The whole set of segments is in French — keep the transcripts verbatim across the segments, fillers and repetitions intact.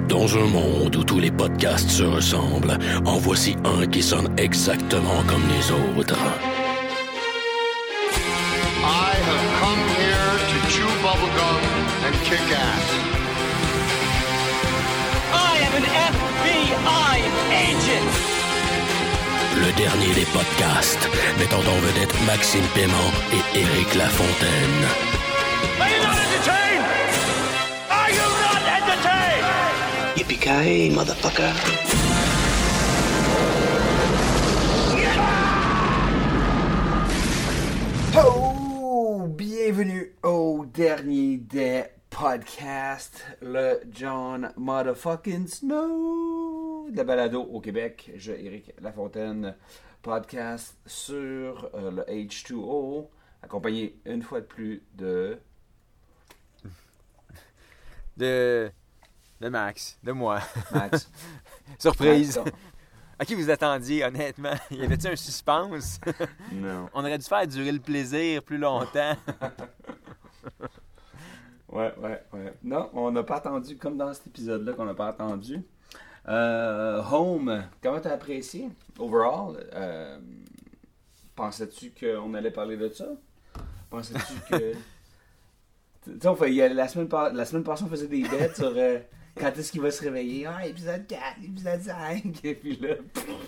Dans un monde où tous les podcasts se ressemblent, en voici un qui sonne exactement comme les autres. I have come here to chew bubblegum and kick ass. I am an F B I agent. Le dernier des podcasts, mettant en vedette Maxime Paiement et Éric Lafontaine. Are you not entertained? Are you not entertained? Yippee-ki-yay, motherfucker. Oh, bienvenue au dernier des podcasts, le John Motherfucking Snow de la balado au Québec. Je, Éric Lafontaine, podcast sur euh, le H deux O, accompagné une fois de plus de... De... de Max, de moi. Max. Surprise! Max, À qui vous attendiez, honnêtement? Y avait-tu un suspense? non. On aurait dû faire durer le plaisir plus longtemps. Ouais, ouais, ouais. Non, on n'a pas attendu, comme dans cet épisode-là qu'on n'a pas attendu. Euh, Home, comment t'as apprécié, overall? Euh, pensais-tu qu'on allait parler de ça? Pensais-tu que... Tu sais, on fait, il y a, la, semaine par, la semaine passée, on faisait des bêtes sur euh, quand est-ce qu'il va se réveiller. Ah, épisode quatre, épisode cinq, et puis là...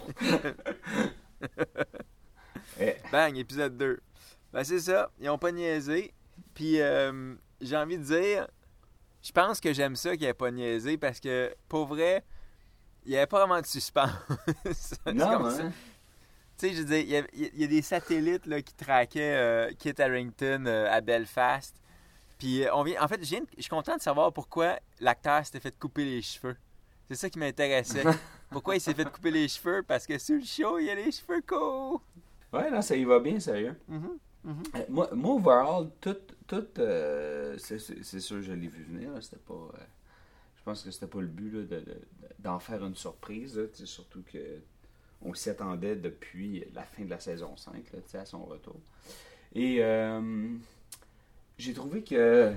eh. Bang, épisode deux. Ben c'est ça, ils ont pas niaisé. Puis euh, j'ai envie de dire, je pense que j'aime ça qu'ils aient pas niaisé parce que, pour vrai, il n'y avait pas vraiment de suspense. C'est Non, comme hein? ça. Tu sais, je veux dire, il y a, il y a des satellites là, qui traquaient euh, Kit Harington euh, à Belfast. Puis euh, on vient, en fait, je, viens de- je suis content de savoir pourquoi l'acteur s'était fait couper les cheveux. C'est ça qui m'intéressait. Pourquoi il s'est fait couper les cheveux? Parce que sur le show, il a les cheveux courts. Ouais, non, ça y va bien, sérieux. Mhm, mhm. Euh, moi, moi, overall, tout, tout euh, c'est, c'est, c'est sûr, je l'ai vu venir. Là, c'était pas, euh, je pense que c'était pas le but là, de, de- d'en faire une surprise. Là, tu sais, surtout que on s'y attendait depuis la fin de la saison cinq, là, tu sais, à son retour. Et euh, j'ai trouvé que...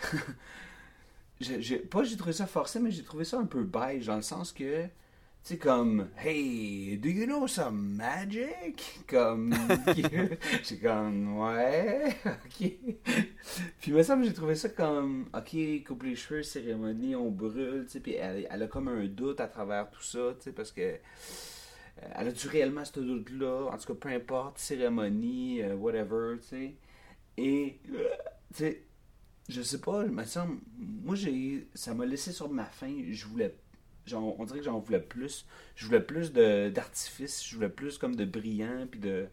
j'ai, j'ai, pas j'ai trouvé ça forcé, mais j'ai trouvé ça un peu beige, dans le sens que... Tu sais, comme, hey, do you know some magic? Comme, j'ai comme, ouais, ok. Puis, il me semble que j'ai trouvé ça comme, ok, coupe les cheveux, cérémonie, on brûle, tu sais, puis elle, elle a comme un doute à travers tout ça, tu sais, parce que, euh, elle a dû réellement ce doute-là, en tout cas, peu importe, cérémonie, euh, whatever, tu sais. Et, euh, tu sais, je sais pas, il me semble, moi, j'ai, ça m'a laissé sur ma faim, je voulais Genre, on dirait que j'en voulais plus. Je voulais plus de, d'artifice, je voulais plus comme de brillant, puis de...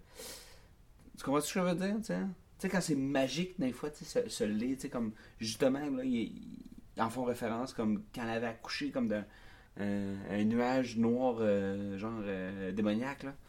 Tu comprends ce que je veux dire, tu sais? Tu sais, quand c'est magique, des fois, tu sais, ce, ce lait, tu sais, comme, justement, là, ils, ils en font référence, comme, quand elle avait accouché, comme d'un un, un nuage noir, euh, genre, euh, démoniaque, là.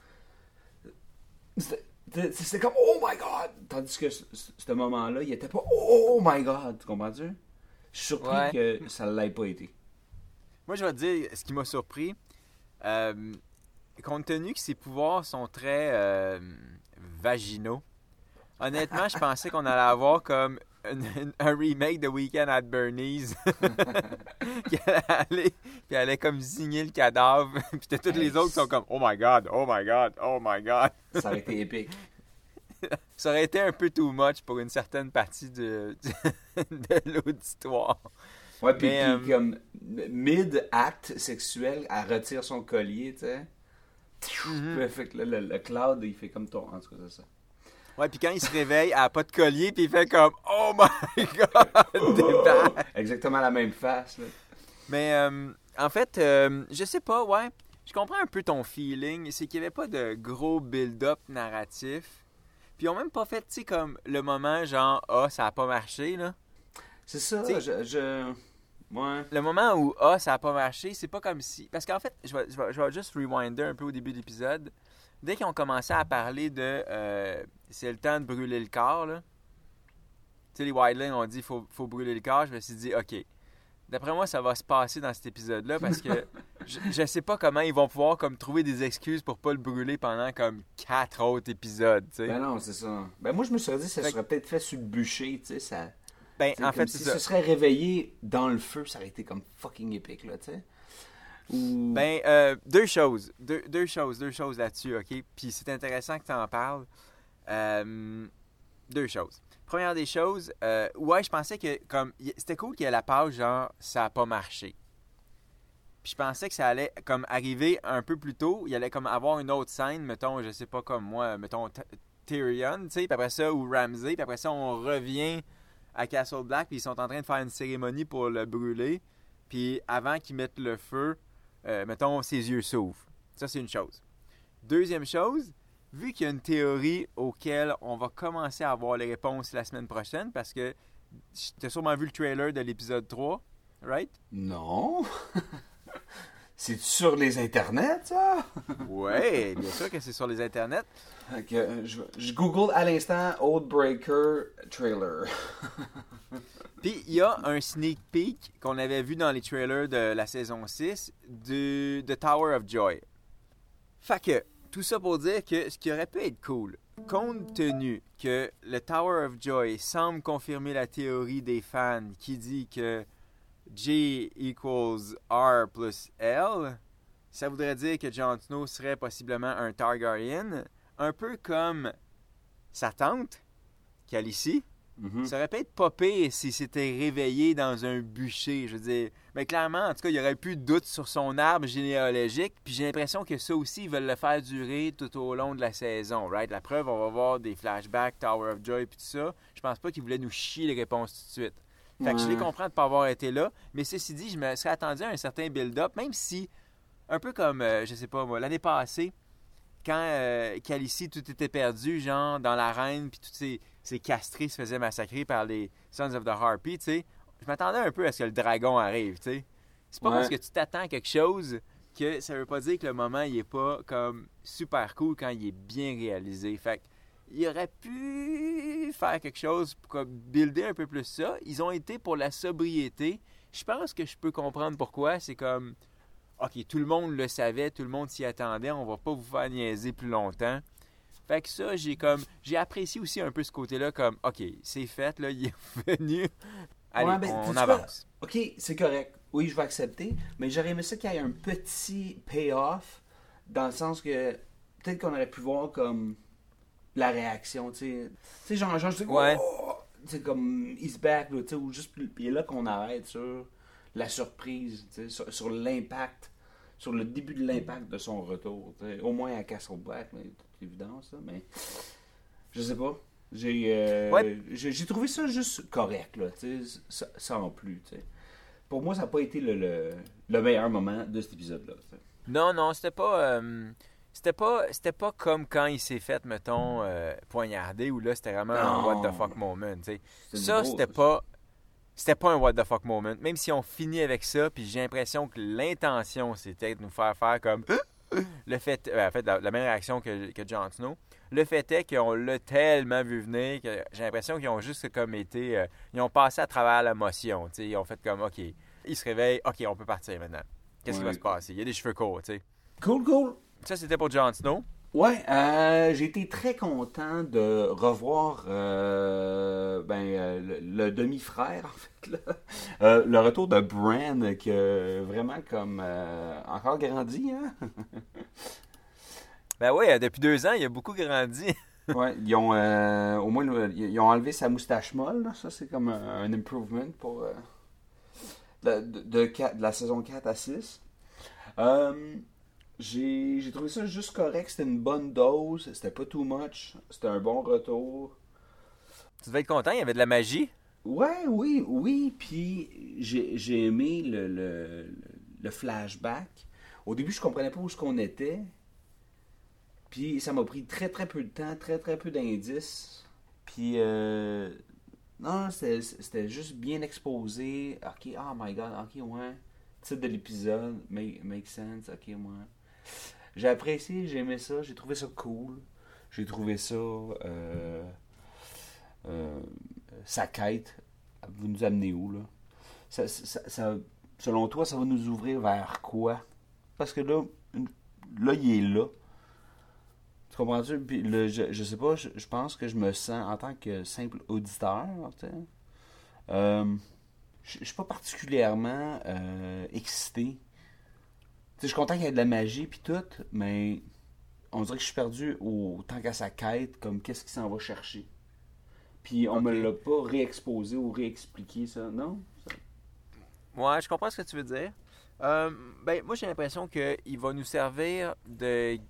C'était, c'était- c'était comme, oh my god! Tandis que ce, ce- ce moment-là, il était pas, oh my god! Tu comprends-tu? Je suis surpris Ouais. que ça l'ait pas été. Moi, je vais te dire ce qui m'a surpris. Euh, compte tenu que ses pouvoirs sont très euh, vaginaux, honnêtement, je pensais qu'on allait avoir comme un, un remake de Weekend at Bernie's. qui allait aller, puis elle allait comme zigner le cadavre. Puis t'as tous les autres qui sont comme Oh my god, oh my god, oh my god. Ça aurait été épique. Ça aurait été un peu too much pour une certaine partie de, de l'auditoire. Ouais, puis Mais, puis euh, comme mid-acte sexuel, elle retire son collier, tu sais. Mhm. Fait que le, le- le cloud, il fait comme ton. En tout cas, c'est ça. Ouais, puis quand il se réveille, elle n'a pas de collier, puis il fait comme Oh my god, débarque. Exactement la même face, là. Mais euh, en fait, euh, je sais pas, ouais. Je comprends un peu ton feeling. C'est qu'il n'y avait pas de gros build-up narratif. Puis ils ont même pas fait, tu sais, comme le moment genre Ah, ça a pas marché, là. C'est ça, T'sais- je, je. Ouais. Le moment où Ah, ça a pas marché, c'est pas comme si. Parce qu'en fait, je vais, je, vais, je vais juste rewinder un peu au début de l'épisode. Dès qu'ils ont commencé à parler de euh, c'est le temps de brûler le corps, là. Tu sais, les Wildlings ont dit faut, faut brûler le corps. Je me suis dit, OK. D'après moi, ça va se passer dans cet épisode-là parce que je, je sais pas comment ils vont pouvoir comme trouver des excuses pour pas le brûler pendant comme quatre autres épisodes, tu sais. Ben non, c'est ça. Ben moi, je me serais dit que ça Fait- serait peut-être fait sur le bûcher, tu sais, ça. Ben, T'sais, en comme fait, si c'est ça. ça. se serait réveillé dans le feu, ça aurait été comme fucking épique, là, tu sais. Ou... Ben, euh, deux choses. Deux, deux choses, deux choses là-dessus, OK? Puis c'est intéressant que tu en parles. Euh, deux choses. Première des choses, euh, ouais, je pensais que, comme, y- c'était cool qu'il y ait la page, genre, ça a pas marché. Puis je pensais que ça allait, comme, arriver un peu plus tôt. Il allait, comme, avoir une autre scène, mettons, je sais pas, comme moi, mettons, T- Tyrion, tu sais, puis après ça, ou Ramsay, puis après ça, on revient à Castle Black, puis ils sont en train de faire une cérémonie pour le brûler. Puis avant qu'ils mettent le feu, euh, mettons, ses yeux s'ouvrent. Ça, c'est une chose. Deuxième chose, vu qu'il y a une théorie auquel on va commencer à avoir les réponses la semaine prochaine, parce que tu as sûrement vu le trailer de l'épisode trois, right? Non. C'est sur les internets, ça? Ouais, bien sûr que c'est sur les internets. Fait que, euh, je, je google à l'instant Oathbreaker trailer. Puis il y a un sneak peek qu'on avait vu dans les trailers de la saison six de The Tower of Joy. Fait que, tout ça pour dire que ce qui aurait pu être cool, compte tenu que le Tower of Joy semble confirmer la théorie des fans qui dit que J equals R plus L, ça voudrait dire que Jon Snow serait possiblement un Targaryen, un peu comme sa tante, Khaleesi. Mm-hmm. Ça aurait pu être pas pire s'il s'était réveillé dans un bûcher, je veux dire. Mais clairement, en tout cas, il n'y aurait plus de doute sur son arbre généalogique. Puis j'ai l'impression que ça aussi, ils veulent le faire durer tout au long de la saison, right? La preuve, on va voir des flashbacks, Tower of Joy, puis tout ça. Je pense pas qu'ils voulaient nous chier les réponses tout de suite. Fait que je les comprends de ne pas avoir été là. Mais ceci dit, je me serais attendu à un certain build-up, même si, un peu comme, euh, je sais pas moi, l'année passée, quand euh, Khaleesi, tout était perdu, genre, dans l'arène, puis tous ces, ces castrés se faisaient massacrer par les Sons of the Harpy, tu sais, je m'attendais un peu à ce que le dragon arrive, tu sais. C'est pas Ouais. parce que tu t'attends à quelque chose que ça veut pas dire que le moment, il est pas comme super cool quand il est bien réalisé. Fait que, il aurait pu faire quelque chose pour comme, builder un peu plus ça. Ils ont été pour la sobriété. Je pense que je peux comprendre pourquoi. C'est comme... OK, tout le monde le savait, tout le monde s'y attendait, on va pas vous faire niaiser plus longtemps. Fait que ça, j'ai comme j'ai apprécié aussi un peu ce côté-là, comme OK, c'est fait, là, il est venu. Allez, Ouais, ben, on, on tu avance. vois, OK, c'est correct. Oui, je vais accepter, mais j'aurais aimé ça qu'il y ait un petit payoff, dans le sens que peut-être qu'on aurait pu voir comme la réaction, tu sais. Tu sais, genre, genre, je dis, Ouais. oh! Tu sais, comme, he's back, là, tu sais, ou juste, puis là qu'on arrête sur la surprise, tu sais, sur, sur l'impact, sur le début de l'impact de son retour, tu sais, au moins à Castle Black, mais toute évidence, là, mais je sais pas. J'ai, euh, Ouais. j'ai, j'ai trouvé ça juste correct, là, tu sais, ça- sans plus, tu sais. Pour moi, ça n'a pas été le, le, le meilleur moment de cet épisode-là, tu sais. Non, non, c'était pas. euh, c'était pas. C'était pas comme quand il s'est fait, mettons, euh, poignarder, où là, c'était vraiment un Non. what the fuck moment, tu sais. C'était Ça, drôle, c'était ça. pas. C'était pas un what the fuck moment. Même si on finit avec ça, puis j'ai l'impression que l'intention, c'était de nous faire faire comme. Le fait. euh, en fait, la, la même réaction que, que Jon Snow. Le fait est qu'on l'a tellement vu venir que j'ai l'impression qu'ils ont juste comme été. euh, ils ont passé à travers la motion, tu sais. Ils ont fait comme, OK. Ils se réveillent, OK, on peut partir maintenant. Qu'est-ce qui Ouais. va se passer? Il y a des cheveux courts, tu sais. Cool, cool. Ça, c'était pour Jon Snow. Ouais, euh, j'ai été très content de revoir euh, ben, euh, le, le demi-frère, en fait, là. Euh, le retour de Bran, qui a vraiment comme euh, encore grandi, hein? Ben oui, euh, depuis deux ans, il a beaucoup grandi. Ouais, ils ont euh, au moins le- ils ont enlevé sa moustache molle, là. Ça c'est comme un, un improvement pour euh, de, de, de quatre- de la saison quatre à six. Euh, j'ai, j'ai trouvé ça juste correct, c'était une bonne dose, c'était pas too much, c'était un bon retour. Tu devais être content, il y avait de la magie. Ouais, oui, oui, puis j'ai, j'ai aimé le, le, le flashback. Au début, je comprenais pas où est-ce qu'on était. Puis ça m'a pris très très peu de temps, très très peu d'indices. Puis euh, non, c'était, c'était juste bien exposé. Ok, oh my god, ok, ouais. Titre de l'épisode, make, make sense, ok, ouais. J'ai apprécié, j'ai aimé ça, j'ai trouvé ça cool. J'ai trouvé ça. Euh, euh, sa quête, vous nous amenez où, là? Ça, ça, ça, selon toi, ça va nous ouvrir vers quoi? Parce que là, une- là, il est là. Tu comprends-tu? Puis le, je, je sais pas, je, je pense que je me sens en tant que simple auditeur, tu sais. Euh, je suis pas particulièrement euh, excité. Je suis content qu'il y ait de la magie puis tout, mais on dirait que je suis perdu au tant qu'à sa quête, comme qu'est-ce qu'il s'en va chercher. Puis on okay. me l'a pas réexposé ou réexpliqué, ça, non? Ça... Ouais, je comprends ce que tu veux dire. Euh, ben, moi, j'ai l'impression qu'il va nous servir de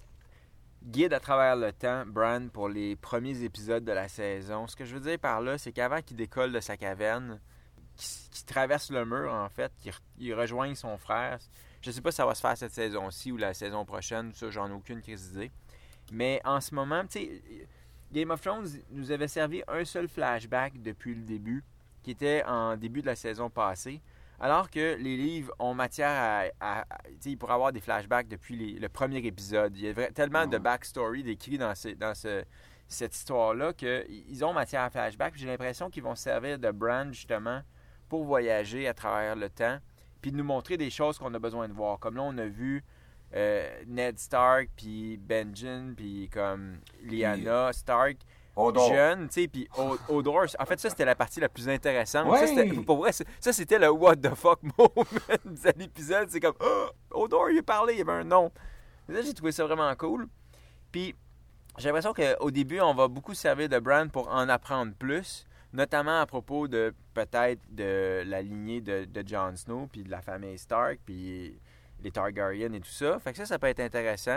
guide à travers le temps, Bran, pour les premiers épisodes de la saison. Ce que je veux dire par là, c'est qu'avant qu'il décolle de sa caverne, qu'il, qu'il traverse le mur, en fait, qu'il il rejoigne son frère. Je sais pas si ça va se faire cette saison-ci ou la saison prochaine, ça, j'en ai aucune idée. Mais en ce moment, tu sais, Game of Thrones nous avait servi un seul flashback depuis le début, qui était en début de la saison passée, alors que les livres ont matière à... à, à tu sais, il pourrait avoir des flashbacks depuis les, le premier épisode. Il y a tellement de backstory décrit dans, ce, dans ce, cette histoire-là qu'ils ont matière à flashback. J'ai l'impression qu'ils vont se servir de Bran, justement, pour voyager à travers le temps, puis de nous montrer des choses qu'on a besoin de voir. Comme là, on a vu euh, Ned Stark, puis Benjen, puis comme Lyanna Stark, Hodor. jeune, tu sais, puis Hodor. En fait, ça, c'était la partie la plus intéressante. Ouais. Ça, c'était, pour vrai, ça, c'était le what the fuck moment de l'épisode. C'est comme, oh, Hodor, il a parlé, il y avait un nom. Là, j'ai trouvé ça vraiment cool. Puis, j'ai l'impression qu'au début, on va beaucoup se servir de Bran pour en apprendre plus, notamment à propos de, peut-être, de la lignée de, de Jon Snow, puis de la famille Stark, puis les Targaryen et tout ça. Fait que ça, ça peut être intéressant.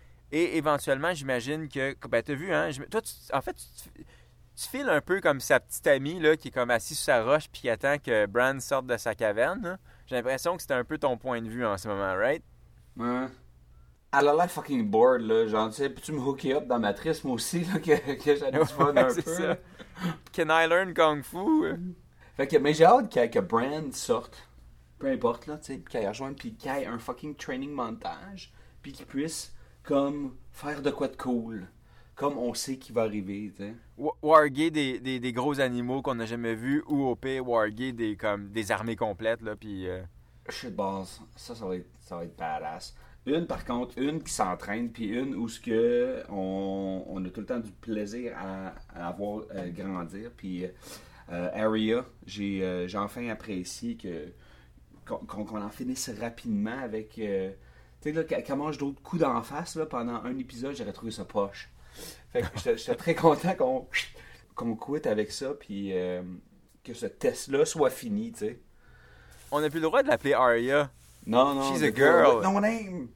Et éventuellement, j'imagine que... Ben, t'as vu, hein? Toi, tu, en fait, tu, tu files un peu comme sa petite amie, là, qui est comme assise sur sa roche puis qui attend que Bran sorte de sa caverne. Là. J'ai l'impression que c'était un peu ton point de vue en ce moment, right? Ouais. Elle a l'air fucking bored, là. Genre, tu sais, peux-tu me hooker up dans Matrice, moi aussi, là, que, que j'ai du fun un c'est peu? Ça. Can I learn Kung Fu? Fait que, mais j'ai hâte que, que Bran sorte. Peu importe, là, tu sais, qu'il rejoigne, puis qu'il y ait un fucking training montage, puis qu'il puisse... comme faire de quoi de cool. Comme on sait qu'il va arriver, tu sais. Warguer des, des, des gros animaux qu'on n'a jamais vus, ou au pire, warguer des, comme, des armées complètes, là, puis... Euh... Shit base. Ça, ça va être, ça va être badass. Une, par contre, une qui s'entraîne, puis une où ce que on, on a tout le temps du plaisir à, à avoir euh, grandir. Puis euh, Arya, j'ai, euh, j'ai enfin apprécié que, qu'on, qu'on en finisse rapidement avec... Euh, tu sais, là, qu'elle mange d'autres coups d'en face, là, pendant un épisode, j'aurais trouvé ça poche. Fait que j'étais, j'étais très content qu'on, qu'on quitte avec ça, puis euh, que ce test-là soit fini, tu sais. On n'a plus le droit de l'appeler Arya. Non, non. She's a girl. No name.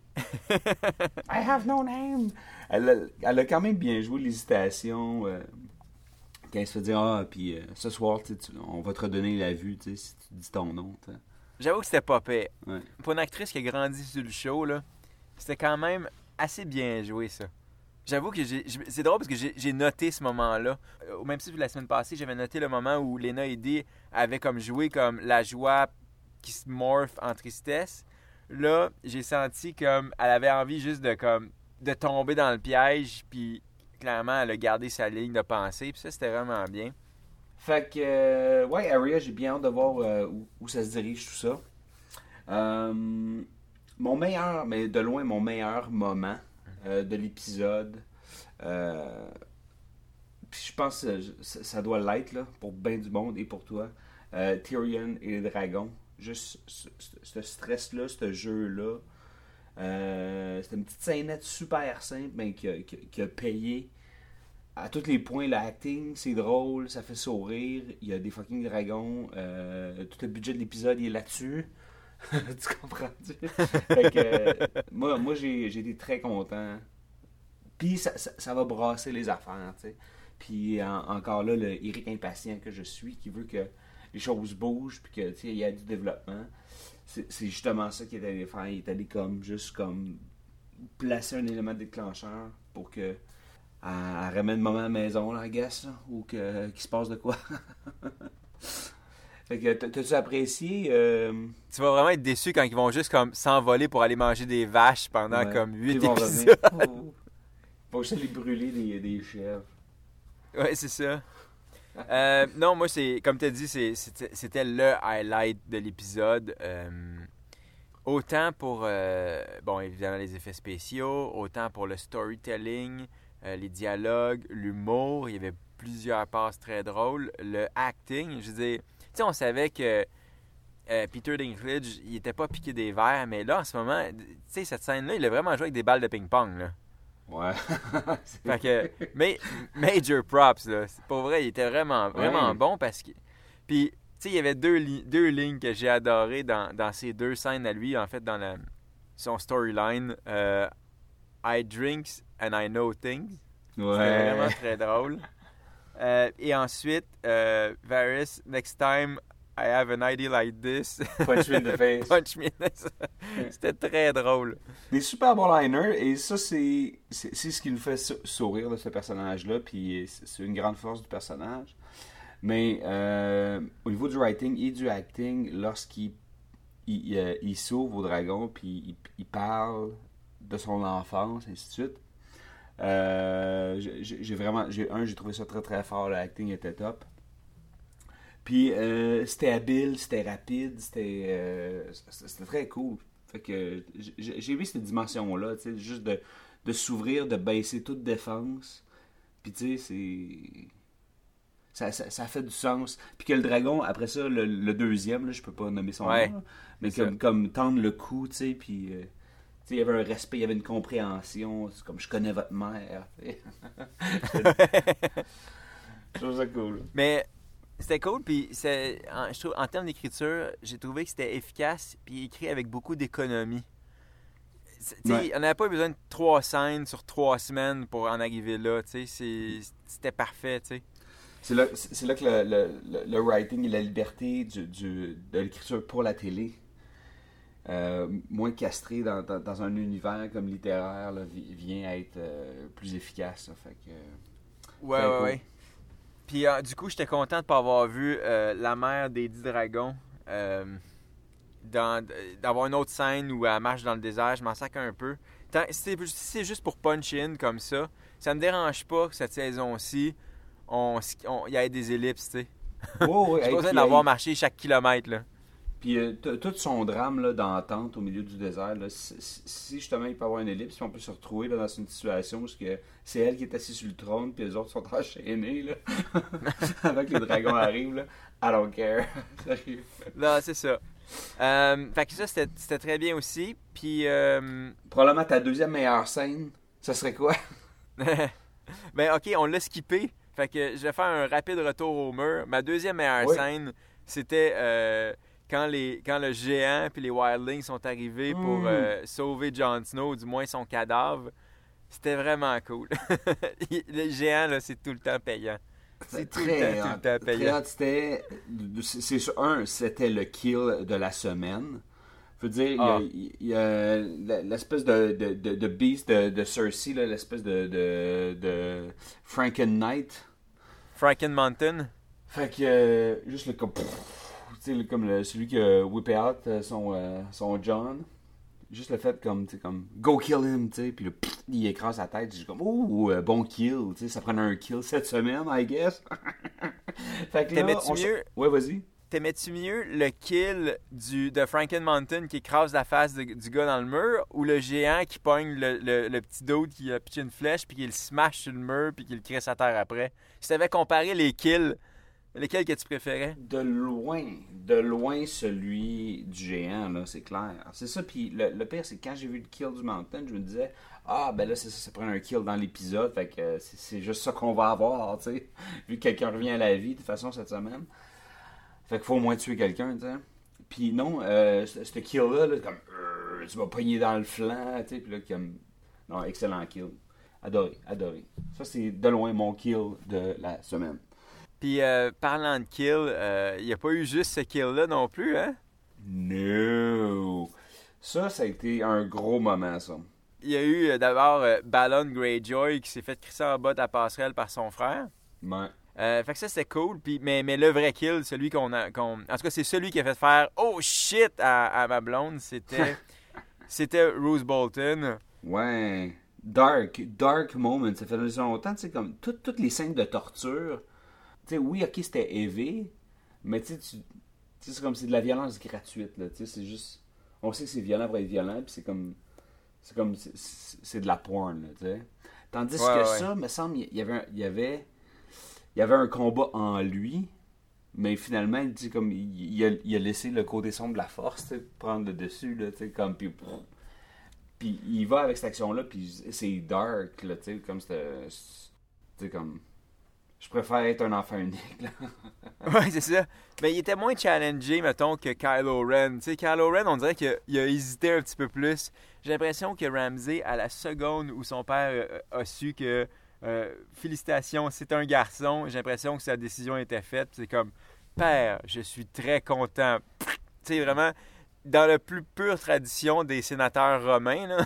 I have no name. Elle a, elle a quand même bien joué l'hésitation. Euh, quand elle se fait dire, ah, puis euh, ce soir, tu, on va te redonner la vue, tu sais, si tu dis ton nom, tu sais. J'avoue que c'était pas pire. Ouais. Pour une actrice qui a grandi sur le show, là, c'était quand même assez bien joué, ça. J'avoue que j'ai, c'est drôle parce que j'ai, j'ai noté ce moment-là. Au même titre que la semaine passée, j'avais noté le moment où Lena Headey avait comme joué comme la joie qui se morphe en tristesse. Là, j'ai senti comme elle avait envie juste de comme de tomber dans le piège, puis clairement, elle a gardé sa ligne de pensée, puis ça, c'était vraiment bien. Fait que, euh, ouais, Arya, j'ai bien hâte de voir euh, où, où ça se dirige tout ça. Euh, mon meilleur, mais de loin, mon meilleur moment euh, de l'épisode, euh, puis je pense que ça, ça doit l'être, là, pour bien du monde et pour toi, euh, Tyrion et les dragons. Juste ce, ce, ce stress-là, ce jeu-là. Euh, c'était une petite scénette super simple, mais qui a, qui, qui a payé à tous les points. Le acting, c'est drôle, ça fait sourire. Il y a des fucking dragons. Euh, tout le budget de l'épisode il est là-dessus. Tu comprends? Fait que, euh, moi, moi j'ai, j'ai été très content. Puis ça, ça, ça va brasser les affaires, tu sais. Puis en, encore là, le Eric impatient que je suis, qui veut que les choses bougent, puis que, tu sais, il y a du développement. C'est, c'est justement ça qu'il est allé faire. Il est allé comme, juste comme, placer un élément déclencheur pour que elle, elle ramène maman à la maison, là, I guess, là, ou que, qu'il se passe de quoi. Fait que, t'as-tu apprécié? Euh... Tu vas vraiment être déçu quand ils vont juste comme s'envoler pour aller manger des vaches pendant ouais. comme huit épisodes. Ils vont juste aller brûler des, des chèvres. Ouais, c'est ça. euh, non, moi, c'est comme tu as dit, c'est, c'était, c'était le highlight de l'épisode. Euh, autant pour, euh, bon, évidemment, les effets spéciaux, autant pour le storytelling, euh, les dialogues, l'humour. Il y avait plusieurs passes très drôles. Le acting, je veux dire, sais, on savait que euh, Peter Dinklage, il était pas piqué des verres, mais là, en ce moment, tu sais, cette scène-là, il a vraiment joué avec des balles de ping-pong, là. Ouais. Fait que, mais, major props, là. Pour vrai, il était vraiment, vraiment ouais. bon parce que... Puis, tu sais, il y avait deux, li- deux lignes que j'ai adorées dans, dans ces deux scènes à lui, en fait, dans la, son storyline. Euh, I drink and I know things. Ouais. C'était vraiment très drôle. Euh, et ensuite, euh, Varys, next time I have an idea like this. Punch me in the face. Punch me in the face. C'était très drôle. Des super bons liners, et ça, c'est, c'est, c'est ce qui nous fait sourire de ce personnage-là, puis c'est une grande force du personnage. Mais euh, au niveau du writing et du acting, lorsqu'il il, il, il s'ouvre au dragon, puis il, il parle de son enfance, et ainsi de suite, euh, j'ai, j'ai vraiment, j'ai, un, j'ai trouvé ça très très fort, le acting était top. Puis euh, c'était habile, c'était rapide, c'était, euh, c'était très cool. Fait que j'ai, j'ai vu cette dimension-là, tu sais, juste de, de s'ouvrir, de baisser toute défense. Puis tu sais, c'est... Ça, ça, ça fait du sens. Puis que le dragon, après ça, le, le deuxième, là, je peux pas nommer son ouais, nom, là, mais comme, comme tendre le cou, tu sais, puis... Euh, il y avait un respect, il y avait une compréhension. C'est comme, je connais votre mère. Je trouve ça cool. Mais c'était cool, puis c'est, en, je trouve, en termes d'écriture, j'ai trouvé que c'était efficace, puis écrit avec beaucoup d'économie. Ouais. On n'avait pas besoin de trois scènes sur trois semaines pour en arriver là. C'est, c'était parfait. T'sais. C'est là, c'est là que le, le, le writing et la liberté du, du, de l'écriture pour la télé, euh, moins castré dans, dans, dans un univers comme littéraire, là, vient être euh, plus efficace. Là, fait que, ouais, ouais, cool. ouais. Puis euh, du coup, j'étais content de ne pas avoir vu euh, la mère des dix dragons. Euh, dans, d'avoir une autre scène où elle marche dans le désert, je m'en sac un peu. Tant, si, c'est, si c'est juste pour punch in comme ça, ça me dérange pas que cette saison-ci, on, on, y ait des ellipses, tu sais. Oh, ouais, j'ai pas besoin de l'avoir marché chaque kilomètre, là. Puis euh, tout son drame là, d'entente au milieu du désert, là, si, si justement il peut avoir une ellipse, puis on peut se retrouver là, dans une situation où c'est elle qui est assise sur le trône, puis les autres sont enchaînés, là, avant que les dragons arrivent, là. I don't care. Non, c'est ça. Euh, fait que ça, c'était, c'était très bien aussi. Puis. Euh... Probablement ta deuxième meilleure scène, ça serait quoi? Ben, ok, on l'a skippé. Fait que je vais faire un rapide retour au mur. Ma deuxième meilleure oui. scène, c'était. Euh... Quand, les, quand le géant et les wildlings sont arrivés mmh. pour euh, sauver Jon Snow, du moins son cadavre, c'était vraiment cool. Le géant, là, c'est tout le temps payant. C'est tout, très, le, temps, tout le temps payant. C'était, c'est, c'est, un, c'était le kill de la semaine. Je veux dire, ah. il y a, il y a l'espèce de, de, de, de beast de, de Cersei, là, l'espèce de, de, de Franken Knight. Franken Mountain. Fait que, euh, juste le comme... T'sais, comme le, celui qui a whippé out son, euh, son John. Juste le fait comme, t'sais, comme go kill him, tu sais, puis pff, il écrase sa tête. J'ai comme, oh, euh, bon kill, tu sais, ça prenait un kill cette semaine, I guess. Fait que là, T'aimais-tu on mieux? S... Ouais, vas-y. T'aimais-tu mieux le kill du, de Franken Mountain qui écrase la face de, du gars dans le mur ou le géant qui pogne le, le, le petit dude qui a pitché une flèche puis qui le smash sur le mur puis qui le crée sa terre après? Si t'avais comparé les kills, lequel que tu préférais? De loin, de loin celui du géant, là, c'est clair. C'est ça, puis le, le pire, c'est que quand j'ai vu le kill du Mountain, je me disais, ah, ben là, c'est ça, ça prend un kill dans l'épisode, fait que c'est, c'est juste ça qu'on va avoir, tu sais, vu que quelqu'un revient à la vie, de toute façon, cette semaine. Fait qu'il faut au moins tuer quelqu'un, tu sais. Puis non, euh, ce kill-là, là, comme, euh, tu vas pogner dans le flanc, tu sais, puis là, comme, non, excellent kill. Adoré, adoré. Ça, c'est de loin mon kill de la semaine. Puis, euh, parlant de kill, il euh, n'y a pas eu juste ce kill-là non plus, hein? No! Ça, ça a été un gros moment, ça. Il y a eu euh, d'abord euh, Balon Greyjoy qui s'est fait crisser en bas de la passerelle par son frère. Ouais. Euh, fait que ça, c'était cool. Puis, mais, mais le vrai kill, celui qu'on a... Qu'on... En tout cas, c'est celui qui a fait faire « Oh shit! » à, à ma blonde. C'était, c'était Roose Bolton. Ouais. Dark. Dark moment. Ça fait longtemps, tu sais, comme tout, toutes les scènes de torture... T'sais, oui, ok, c'était élevé, mais tu sais, c'est comme c'est de la violence gratuite, là, tu sais, c'est juste, on sait que c'est violent pour être violent, puis c'est comme, c'est comme, c'est, c'est de la porn, là, tu sais. Tandis ouais, que ouais. ça, me semble, il y avait, il y avait, il y avait un combat en lui, Mais finalement, il, dit, comme, il, il, a, il a laissé le côté sombre de la force prendre le dessus. Là, comme, puis, puis il va avec cette action-là, puis c'est dark. Là, comme c'était. Comme. Je préfère être un enfant unique. Là. Ouais, c'est ça. Mais il était moins challengé, mettons, que Kylo Ren. Tu sais, Kylo Ren, on dirait qu'il a, il a hésité un petit peu plus. J'ai l'impression que Ramsay, à la seconde où son père euh, a su que euh, félicitations, c'est un garçon, j'ai l'impression que sa décision était faite. C'est comme, père, je suis très content. Tu sais, vraiment, dans la plus pure tradition des sénateurs romains, là.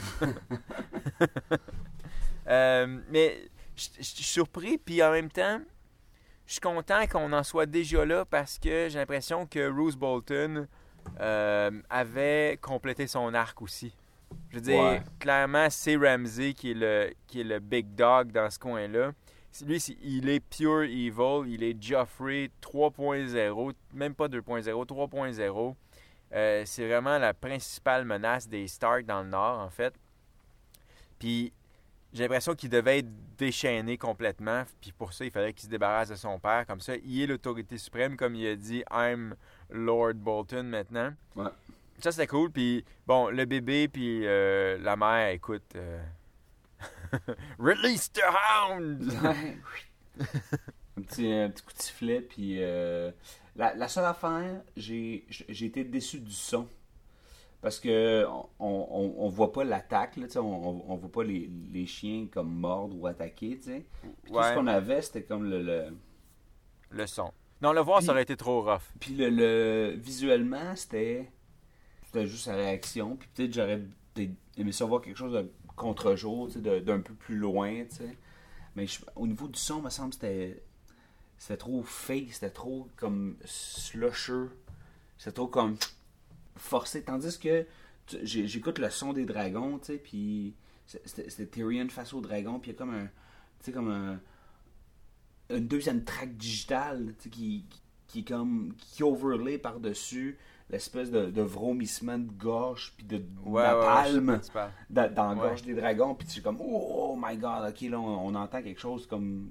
euh, mais je suis surpris, puis en même temps, je suis content qu'on en soit déjà là parce que j'ai l'impression que Roose Bolton euh, avait complété son arc aussi. Je veux dire, ouais. Clairement, c'est Ramsay qui est, le, qui est le big dog dans ce coin-là. Lui, c'est, il est pure evil, il est Joffrey trois point zéro, même pas deux point zéro, trois point zéro. Euh, c'est vraiment la principale menace des Stark dans le Nord, en fait. Puis, j'ai l'impression qu'il devait être déchaîné complètement. Puis pour ça, il fallait qu'il se débarrasse de son père. Comme ça, il est l'autorité suprême, comme il a dit, I'm Lord Bolton maintenant. Ouais. Ça, c'était cool. Puis bon, le bébé puis euh, la mère, écoute... Euh... Release the hound! un, petit, un petit coup de sifflet. Puis euh, la, la seule affaire, j'ai, j'ai été déçu du son. Parce que on, on, on voit pas l'attaque, là, on, on, on voit pas les, les chiens comme mordre ou attaquer, tu sais. Puis ouais. Tout ce qu'on avait, c'était comme le, le... Le son. Non, le voir, puis, ça aurait été trop rough. Puis le, le visuellement, c'était... C'était juste sa réaction. Puis peut-être j'aurais aimé ça voir quelque chose de contre-jour, tu sais, de, d'un peu plus loin, tu sais. Mais je, au niveau du son, il me semble que c'était... C'était trop fake, c'était trop comme slusheux. C'était trop comme... forcé, tandis que tu, j'écoute le son des dragons, tu sais, puis c'était, c'était Tyrion face au dragon, puis il y a comme un, tu sais, comme un, une deuxième track digitale, tu sais, qui, qui, qui est comme, qui overlay par-dessus l'espèce de, de vromissement de gorge, puis de ouais, napalm ouais, ouais, dans, dans la ouais. gorge des dragons, puis tu es comme, oh, oh my god, ok, là, on, on entend quelque chose comme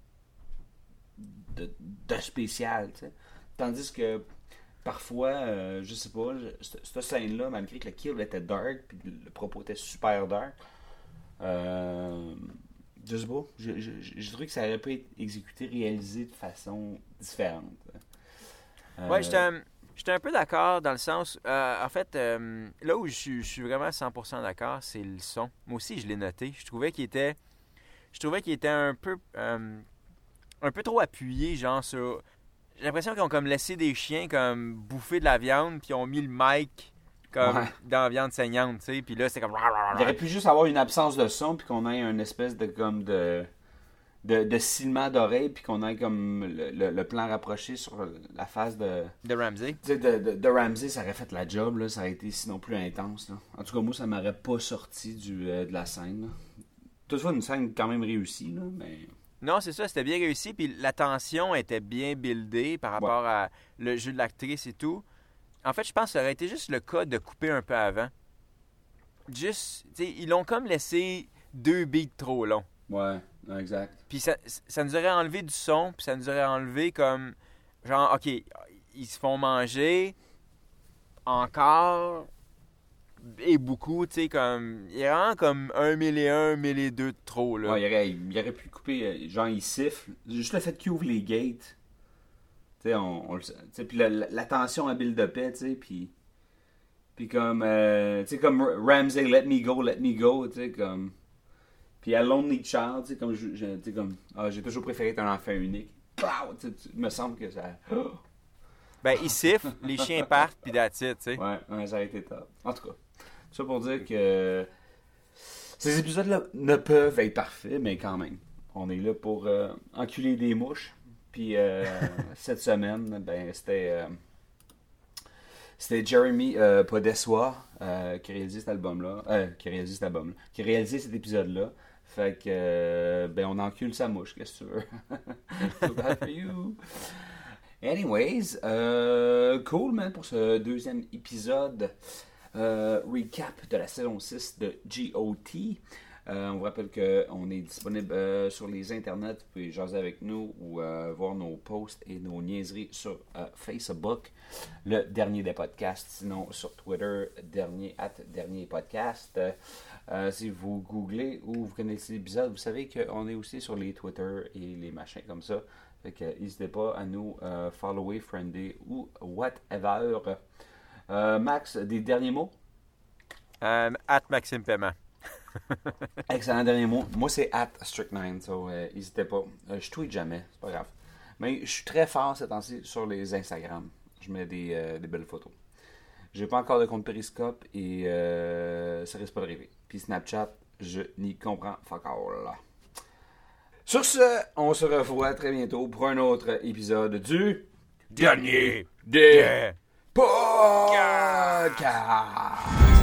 de, de spécial, tu sais. Tandis que parfois, euh, je sais pas, cette, cette scène-là, malgré que le kill était dark, puis le propos était super dark, euh, je sais pas, j'ai trouvé que ça aurait pu être exécuté, réalisé de façon différente. Euh, ouais, j'étais un, j'étais un peu d'accord dans le sens, euh, en fait, euh, là où je suis, je suis vraiment cent pour cent d'accord, c'est le son. Moi aussi, je l'ai noté. Je trouvais qu'il était, je trouvais qu'il était un peu, euh, un peu trop appuyé, genre sur... J'ai l'impression qu'ils ont comme laissé des chiens comme bouffer de la viande, puis ils ont mis le mic comme ouais. dans la viande saignante, tu sais, puis là, c'est comme... Il aurait pu juste avoir une absence de son, puis qu'on ait une espèce de comme de... de, de silement d'oreille, puis qu'on ait comme le, le, le plan rapproché sur la face de... De Ramsay. Tu sais, de, de, de Ramsay, ça aurait fait la job, là, ça aurait été sinon plus intense, là. En tout cas, moi, ça m'aurait pas sorti du, euh, de la scène, là. Toutefois, une scène quand même réussie, là, mais... Non, c'est ça, c'était bien réussi, puis la tension était bien buildée par rapport ouais. à le jeu de l'actrice et tout. En fait, je pense que ça aurait été juste le cas de couper un peu avant. Juste, tu sais, ils l'ont comme laissé deux beats trop longs. Ouais, exact. Puis ça, ça nous aurait enlevé du son, puis ça nous aurait enlevé comme, genre, OK, ils se font manger encore... Et beaucoup, tu sais, comme... Il y a vraiment comme un mille et un, mille et deux de trop, là. Ouais, il aurait, il aurait pu couper... Genre, il siffle. Juste le fait qu'il ouvre les gates. Tu sais, on, on le... Tu sais, puis la, la tension à Bill de paix, tu sais, puis... Puis comme... Euh, tu sais, comme Ramsay, let me go, let me go, tu sais, comme... Puis à Lonely Child, tu sais, comme... Tu sais, comme... Ah, j'ai toujours préféré être un enfant unique. Pow! Tu sais, il me semble que ça... Oh! Ben, il siffle, les chiens partent, puis that's it, tu sais. Ouais, ouais, ça a été top. En tout cas... Ça pour dire que ces épisodes-là ne peuvent être parfaits, mais quand même. On est là pour euh, enculer des mouches. Puis euh, cette semaine, ben c'était euh, c'était Jeremy euh, Podeswa euh, qui a réalisé cet album-là. Euh, qui a réalisé cet album-là. Qui a réalisé cet épisode-là. Fait que euh, ben on encule sa mouche, qu'est-ce que tu veux. So bad for you. Anyways, euh, cool man pour ce deuxième épisode. Euh, recap de la saison six de G O T. Euh, on vous rappelle qu'on est disponible euh, sur les internets. Vous pouvez jaser avec nous ou euh, voir nos posts et nos niaiseries sur euh, Facebook, le dernier des podcasts. Sinon, sur Twitter, dernier at dernier podcast. Euh, si vous googlez ou vous connaissez l'épisode, vous savez qu'on est aussi sur les Twitter et les machins comme ça. Fait que n'hésitez pas à nous euh, follower, friender ou whatever. Euh, Max, des derniers mots? Euh, at Maxime Paiement. Excellent dernier mot. Moi, c'est at Strict9, so euh, n'hésitez pas. Euh, je tweete jamais, c'est pas grave. Mais je suis très fort ces temps-ci sur les Instagram. Je mets des, euh, des belles photos. J'ai pas encore de compte Periscope et euh, ça risque pas d'arriver. Puis Snapchat, je n'y comprends fuck all. Sur ce, on se revoit très bientôt pour un autre épisode du Dernier des des podcasts.